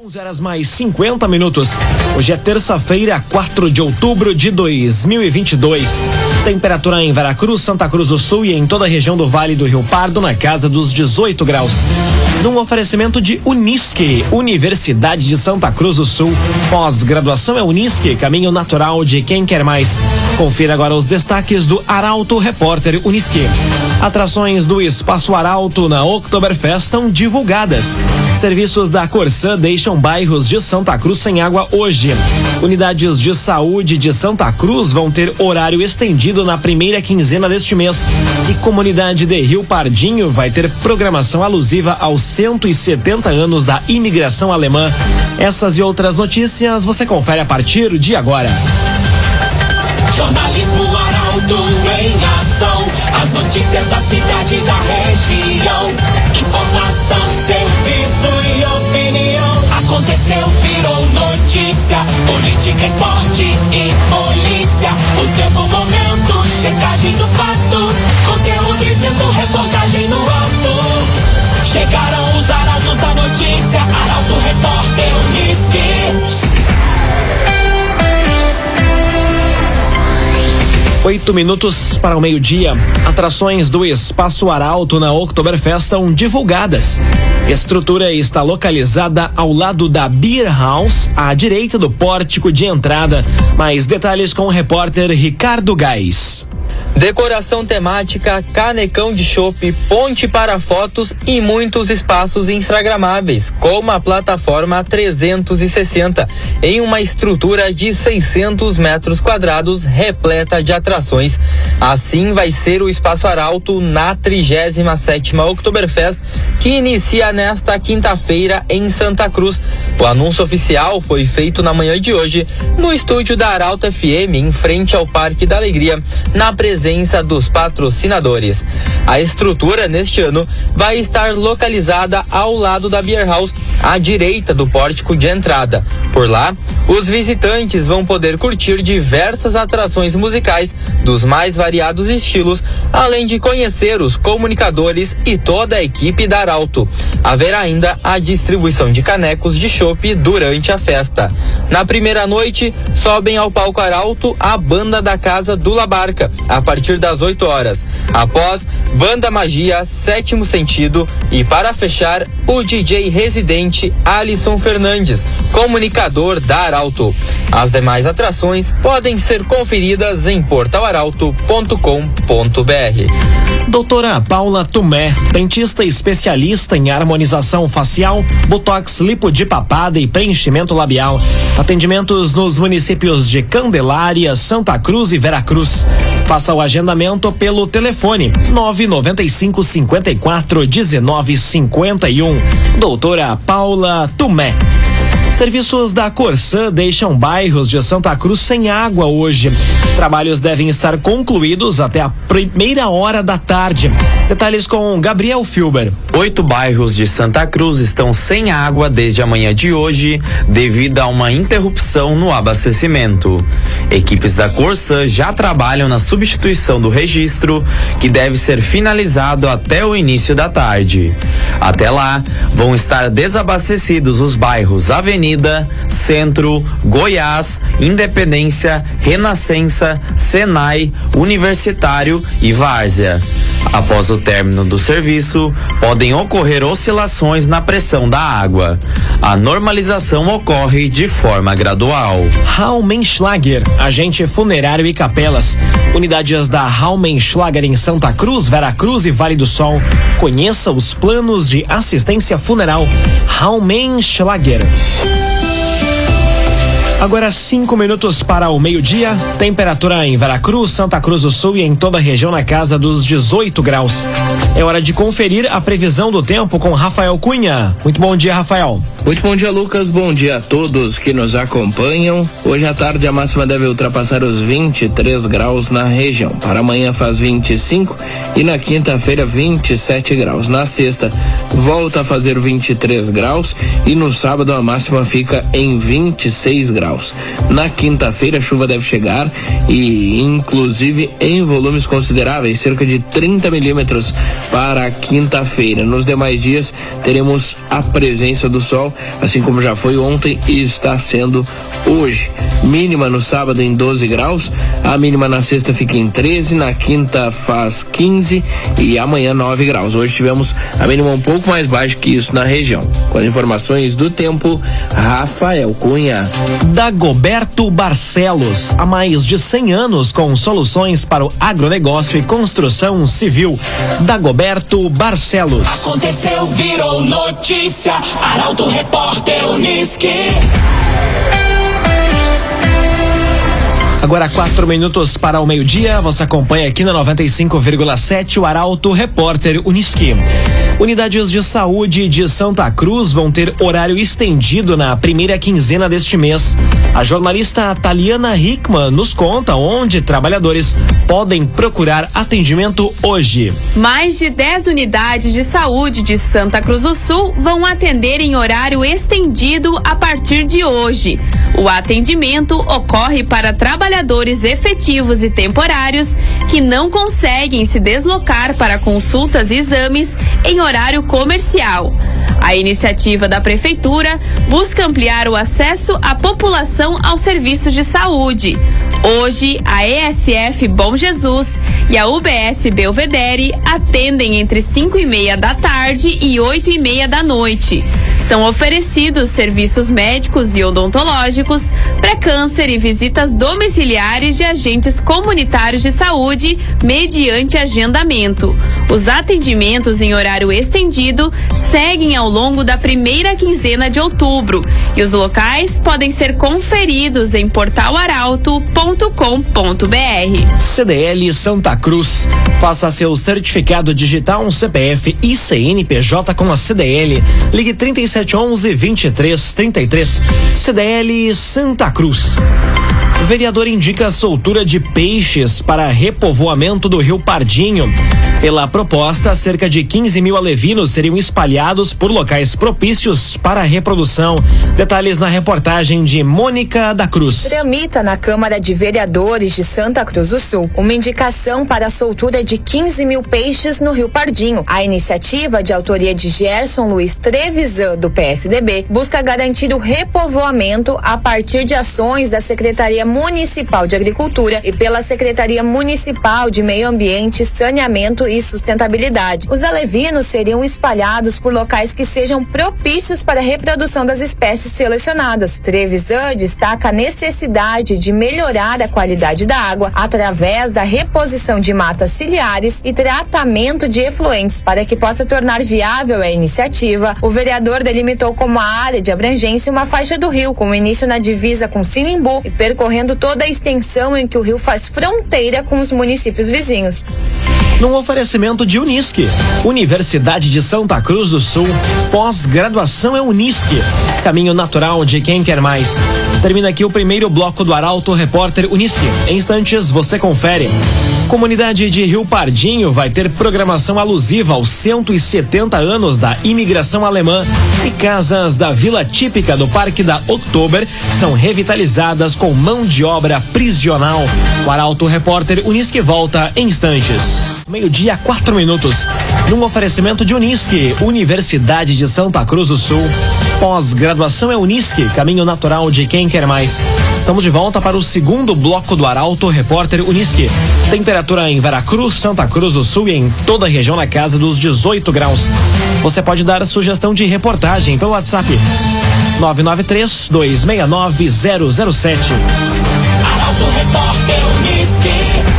11h50. Hoje é terça-feira, 4 de outubro de 2022. Temperatura em Veracruz, Santa Cruz do Sul e em toda a região do Vale do Rio Pardo na casa dos 18 graus. Num oferecimento de Unisque, Universidade de Santa Cruz do Sul. Pós-graduação é Unisque, caminho natural de quem quer mais. Confira agora os destaques do Arauto Repórter Unisque. Atrações do Espaço Arauto na Oktoberfest são divulgadas. Serviços da Corsã deixam bairros de Santa Cruz sem água hoje. Unidades de saúde de Santa Cruz vão ter horário estendido na primeira quinzena deste mês. E comunidade de Rio Pardinho vai ter programação alusiva aos 170 anos da imigração alemã. Essas e outras notícias você confere a partir de agora. Jornalismo Arauto em ação. As notícias da cidade e da região. Informação, serviço e opinião. Aconteceu, virou notícia. Política, esporte e polícia. O tempo, momento, checagem do fato. Conteúdo dizendo, reportagem no ato. Chegaram os arautos da notícia. Arauto Repórter Unisque. 8 minutos para o meio-dia. Atrações do Espaço Arauto na Oktoberfest são divulgadas. Estrutura está localizada ao lado da Beer House, à direita do pórtico de entrada. Mais detalhes com o repórter Ricardo Gás. Decoração temática, canecão de chopp, ponte para fotos e muitos espaços instagramáveis, como a plataforma 360, em uma estrutura de 600 metros quadrados repleta de atrações. Assim vai ser o Espaço Arauto na 37ª Oktoberfest, que inicia nesta quinta-feira em Santa Cruz. O anúncio oficial foi feito na manhã de hoje no estúdio da Arauto FM, em frente ao Parque da Alegria, na presença dos patrocinadores. A estrutura neste ano vai estar localizada ao lado da Beer House, à direita do pórtico de entrada. Por lá, os visitantes vão poder curtir diversas atrações musicais dos mais variados estilos, além de conhecer os comunicadores e toda a equipe da Arauto. Haverá ainda a distribuição de canecos de chopp durante a festa. Na primeira noite, sobem ao palco Arauto a banda da Casa do La Barca, a partir das 8 horas. Após, Banda Magia, Sétimo Sentido e, para fechar, o DJ residente Alisson Fernandes, comunicador da Arauto. As demais atrações podem ser conferidas em portalarauto.com.br. Doutora Paula Tumé, dentista especialista em harmonização facial, botox, lipo de papada e preenchimento labial. Atendimentos nos municípios de Candelária, Santa Cruz e Veracruz. Faça o agendamento pelo telefone 995 54 19 51. Doutora Paula Tumé. Serviços da Corsã deixam bairros de Santa Cruz sem água hoje. Trabalhos devem estar concluídos até a 1h da tarde. Detalhes com Gabriel Filber. 8 bairros de Santa Cruz estão sem água desde a manhã de hoje, devido a uma interrupção no abastecimento. Equipes da Corsã já trabalham na substituição do registro, que deve ser finalizado até o início da tarde. Até lá, vão estar desabastecidos os bairros Avenida, Centro, Goiás, Independência, Renascença, Senai, Universitário e Várzea. Após o término do serviço, podem ocorrer oscilações na pressão da água. A normalização ocorre de forma gradual. Raumenschlager, agente funerário e capelas. Unidades da Raumenschlager em Santa Cruz, Veracruz e Vale do Sol. Conheça os planos de assistência funeral Raumenschlager. Agora 5 minutos para o meio-dia. Temperatura em Veracruz, Santa Cruz do Sul e em toda a região na casa dos 18 graus. É hora de conferir a previsão do tempo com Rafael Cunha. Muito bom dia, Rafael. Muito bom dia, Lucas. Bom dia a todos que nos acompanham. Hoje à tarde a máxima deve ultrapassar os 23 graus na região. Para amanhã faz 25 e na quinta-feira 27 graus. Na sexta volta a fazer 23 graus e no sábado a máxima fica em 26 graus. graus. Na quinta-feira a chuva deve chegar e inclusive em volumes consideráveis, cerca de 30 milímetros para a quinta-feira. Nos demais dias teremos a presença do sol, assim como já foi ontem e está sendo hoje. Mínima no sábado em 12 graus, a mínima na sexta fica em 13, na quinta faz 15 e amanhã 9 graus. Hoje tivemos a mínima um pouco mais baixa que isso na região. Com as informações do tempo, Rafael Cunha. Dagoberto Barcelos, há mais de 100 anos com soluções para o agronegócio e construção civil. Dagoberto Barcelos. Aconteceu, virou notícia. Arauto Repórter Unisque. Agora 4 minutos para o meio-dia, você acompanha aqui na 95,7 o Arauto Repórter Unisque. Unidades de saúde de Santa Cruz vão ter horário estendido na primeira quinzena deste mês. A jornalista Taliana Hickman nos conta onde trabalhadores podem procurar atendimento hoje. Mais de 10 unidades de saúde de Santa Cruz do Sul vão atender em horário estendido a partir de hoje. O atendimento ocorre para trabalhadores efetivos e temporários que não conseguem se deslocar para consultas e exames em horário comercial. A iniciativa da Prefeitura busca ampliar o acesso à população aos serviços de saúde. Hoje, a ESF Bom Jesus e a UBS Belvedere atendem entre 5:30 da tarde e 8:30 da noite. São oferecidos serviços médicos e odontológicos, pré-câncer e visitas domiciliares de agentes comunitários de saúde mediante agendamento. Os atendimentos em horário estendido seguem ao longo da primeira quinzena de outubro e os locais podem ser conferidos em portalarauto.com.br. CDL Santa Cruz. Faça seu certificado digital, CPF e CNPJ com a CDL. Ligue 3711-2333. CDL Santa Cruz. O vereador indica a soltura de peixes para repovoamento do Rio Pardinho. Pela proposta, cerca de 15 mil alevinos seriam espalhados por locais propícios para a reprodução. Detalhes na reportagem de Mônica da Cruz. Tramita na Câmara de Vereadores de Santa Cruz do Sul uma indicação para a soltura de 15 mil peixes no Rio Pardinho. A iniciativa, de autoria de Gerson Luiz Trevisan, do PSDB, busca garantir o repovoamento a partir de ações da Secretaria Municipal de Agricultura e pela Secretaria Municipal de Meio Ambiente, Saneamento e Sustentabilidade. Os alevinos seriam espalhados por locais que sejam propícios para a reprodução das espécies selecionadas. Trevisan destaca a necessidade de melhorar a qualidade da água através da reposição de matas ciliares e tratamento de efluentes. Para que possa tornar viável a iniciativa, o vereador delimitou como a área de abrangência uma faixa do rio, com início na divisa com Sinimbu e percorrendo toda a extensão em que o rio faz fronteira com os municípios vizinhos. Num oferecimento de Unisque, Universidade de Santa Cruz do Sul, pós-graduação é Unisque, caminho natural de quem quer mais. Termina aqui o primeiro bloco do Arauto Repórter Unisque. Em instantes você confere. Comunidade de Rio Pardinho vai ter programação alusiva aos 170 anos da imigração alemã e casas da Vila Típica do Parque da Oktober são revitalizadas com mão de obra prisional. O Arauto Repórter Unisque volta em instantes. 12:04. Num oferecimento de Unisque, Universidade de Santa Cruz do Sul. Pós-graduação é Unisque, caminho natural de quem quer mais. Estamos de volta para o segundo bloco do Arauto Repórter Unisque. Temperatura em Veracruz, Santa Cruz do Sul e em toda a região na casa dos 18 graus. Você pode dar sugestão de reportagem pelo WhatsApp 993-269-007. Arauto Repórter Unisque.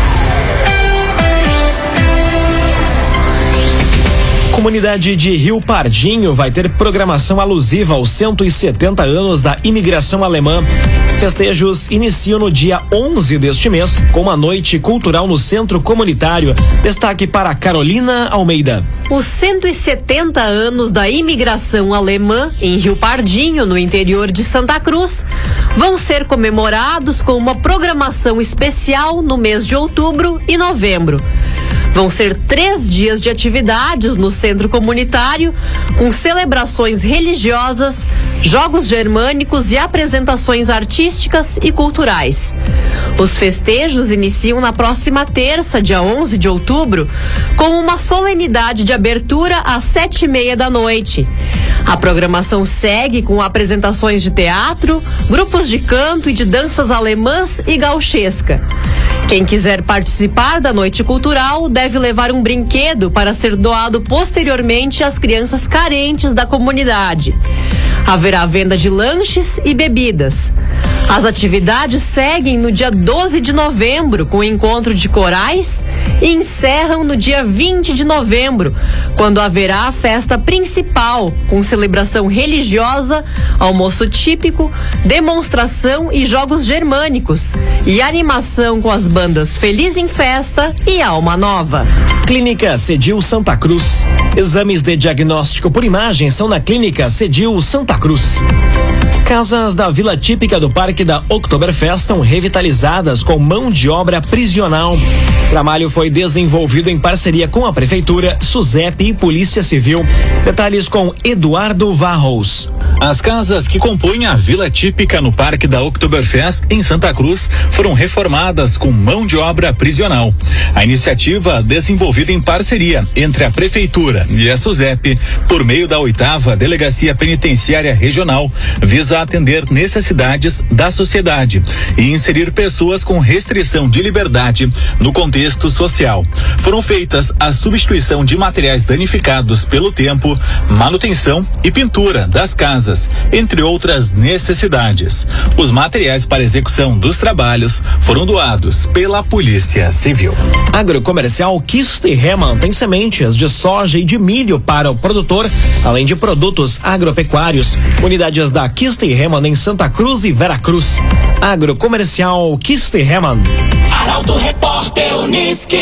Comunidade de Rio Pardinho vai ter programação alusiva aos 170 anos da imigração alemã. Festejos iniciam no dia 11 deste mês, com uma noite cultural no Centro Comunitário. Destaque para Carolina Almeida. Os 170 anos da imigração alemã em Rio Pardinho, no interior de Santa Cruz, vão ser comemorados com uma programação especial no mês de outubro e novembro. Vão ser 3 dias de atividades no centro comunitário, com celebrações religiosas, jogos germânicos e apresentações artísticas e culturais. Os festejos iniciam na próxima terça, dia 11 de outubro, com uma solenidade de abertura às 7h30 da noite. A programação segue com apresentações de teatro, grupos de canto e de danças alemãs e gauchesca. Quem quiser participar da noite cultural deve levar um brinquedo para ser doado posteriormente às crianças carentes da comunidade. Haverá venda de lanches e bebidas. As atividades seguem no dia 12 de novembro, com o encontro de corais, e encerram no dia 20 de novembro, quando haverá a festa principal, com celebração religiosa, almoço típico, demonstração e jogos germânicos, e animação com as bandas Feliz em Festa e Alma Nova. Clínica Cedil Santa Cruz. Exames de diagnóstico por imagem são na Clínica Cedil Santa Cruz. Casas da Vila Típica do Parque da Oktoberfest estão revitalizadas com mão de obra prisional. O trabalho foi desenvolvido em parceria com a Prefeitura, SUSEP e Polícia Civil. Detalhes com Eduardo Varros. As casas que compõem a Vila Típica no Parque da Oktoberfest, em Santa Cruz, foram reformadas com mão de obra prisional. A iniciativa, desenvolvida em parceria entre a Prefeitura e a SUSEP, por meio da 8ª Delegacia Penitenciária Regional, visa atender necessidades da sociedade e inserir pessoas com restrição de liberdade no contexto social. Foram feitas a substituição de materiais danificados pelo tempo, manutenção e pintura das casas, entre outras necessidades. Os materiais para execução dos trabalhos foram doados pela Polícia Civil. Agrocomercial Kister-Hemann tem sementes de soja e de milho para o produtor, além de produtos agropecuários. Unidades da Kister-Hemann em Santa Cruz e Veracruz. Agrocomercial Kister-Hemann. Arauto Repórter Unisque.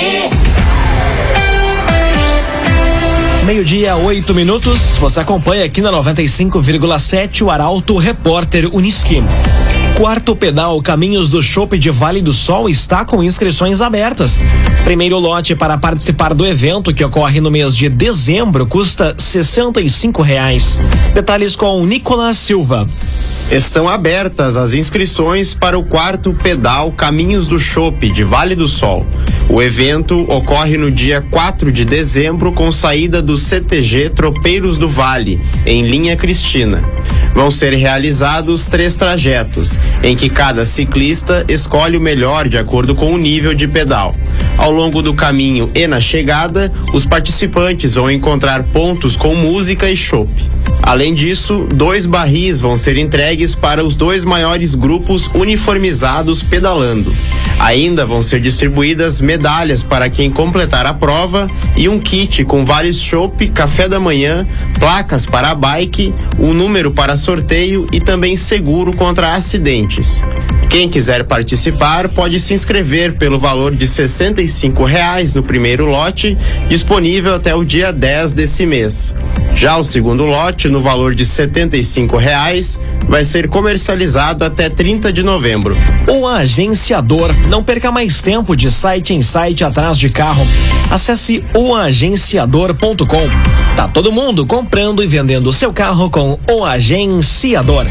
12:08. Você acompanha aqui na 95,7 o Arauto Repórter Unisque. Quarto pedal Caminhos do Chopp de Vale do Sol está com inscrições abertas. Primeiro lote para participar do evento, que ocorre no mês de dezembro, custa R$ 65. Detalhes com Nicolas Silva. Estão abertas as inscrições para o quarto pedal Caminhos do Chopp de Vale do Sol. O evento ocorre no dia 4 de dezembro com saída do CTG Tropeiros do Vale, em linha Cristina. Vão ser realizados 3 trajetos, em que cada ciclista escolhe o melhor de acordo com o nível de pedal. Ao longo do caminho e na chegada, os participantes vão encontrar pontos com música e chopp. Além disso, 2 barris vão ser entregues para os 2 maiores grupos uniformizados pedalando. Ainda vão ser distribuídas medalhas para quem completar a prova e um kit com vales chopp, café da manhã, placas para a bike, um número para sorteio e também seguro contra acidentes. Quem quiser participar pode se inscrever pelo valor de R$ 65 no primeiro lote, disponível até o dia 10 desse mês. Já o segundo lote, no valor de R$ 75, vai ser comercializado até 30 de novembro. O Agenciador. Não perca mais tempo de site em site atrás de carro. Acesse oagenciador.com. Tá todo mundo comprando e vendendo o seu carro com o Agenciador.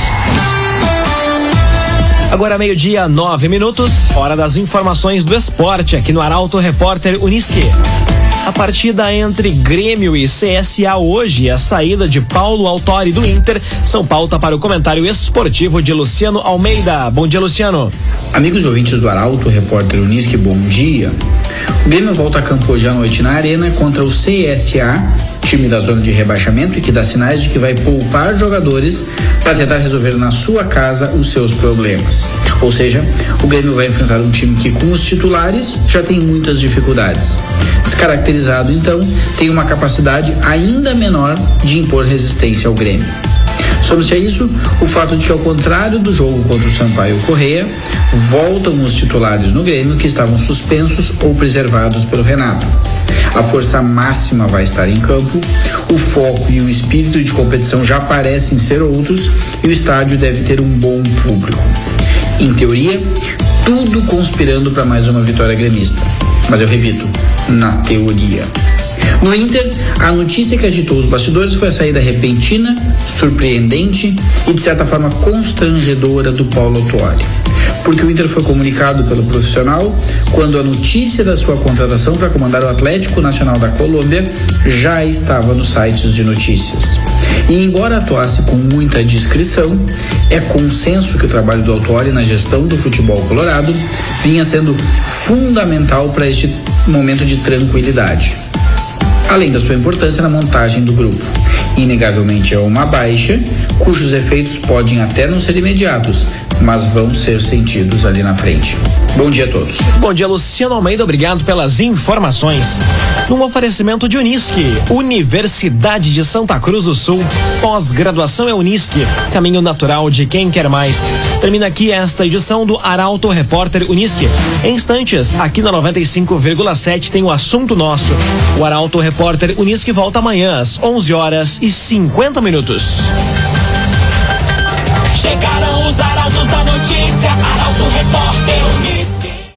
Agora 12:09, hora das informações do esporte aqui no Arauto Repórter Unisque. A partida entre Grêmio e CSA hoje, a saída de Paulo Autori do Inter, são pauta para o comentário esportivo de Luciano Almeida. Bom dia, Luciano. Amigos ouvintes do Arauto Repórter Unisque, bom dia. O Grêmio volta a campo hoje à noite na Arena contra o CSA, time da zona de rebaixamento e que dá sinais de que vai poupar jogadores para tentar resolver na sua casa os seus problemas. Ou seja, o Grêmio vai enfrentar um time que com os titulares já tem muitas dificuldades. Descaracterizado, então, tem uma capacidade ainda menor de impor resistência ao Grêmio. Soma-se a isso o fato de que, ao contrário do jogo contra o Sampaio Corrêa, voltam os titulares no Grêmio que estavam suspensos ou preservados pelo Renato. A força máxima vai estar em campo, o foco e o espírito de competição já parecem ser outros e o estádio deve ter um bom público. Em teoria, tudo conspirando para mais uma vitória gremista. Mas eu repito, na teoria. No Inter, a notícia que agitou os bastidores foi a saída repentina, surpreendente e de certa forma constrangedora do Paulo Autuori. Porque o Inter foi comunicado pelo profissional quando a notícia da sua contratação para comandar o Atlético Nacional da Colômbia já estava nos sites de notícias. E embora atuasse com muita discrição, é consenso que o trabalho do Autuori na gestão do futebol colorado vinha sendo fundamental para este momento de tranquilidade. Além da sua importância na montagem do grupo. Inegavelmente é uma baixa, cujos efeitos podem até não ser imediatos, mas vão ser sentidos ali na frente. Bom dia a todos. Bom dia, Luciano Almeida, obrigado pelas informações. Num oferecimento de Unisque, Universidade de Santa Cruz do Sul, pós-graduação é Unisque, caminho natural de quem quer mais. Termina aqui esta edição do Arauto Repórter Unisque. Em instantes, aqui na 95,7 tem o assunto nosso. O Arauto Repórter Unisque volta amanhã às 11h50. Chegaram os arautos da notícia, Arauto Repórter Unisque.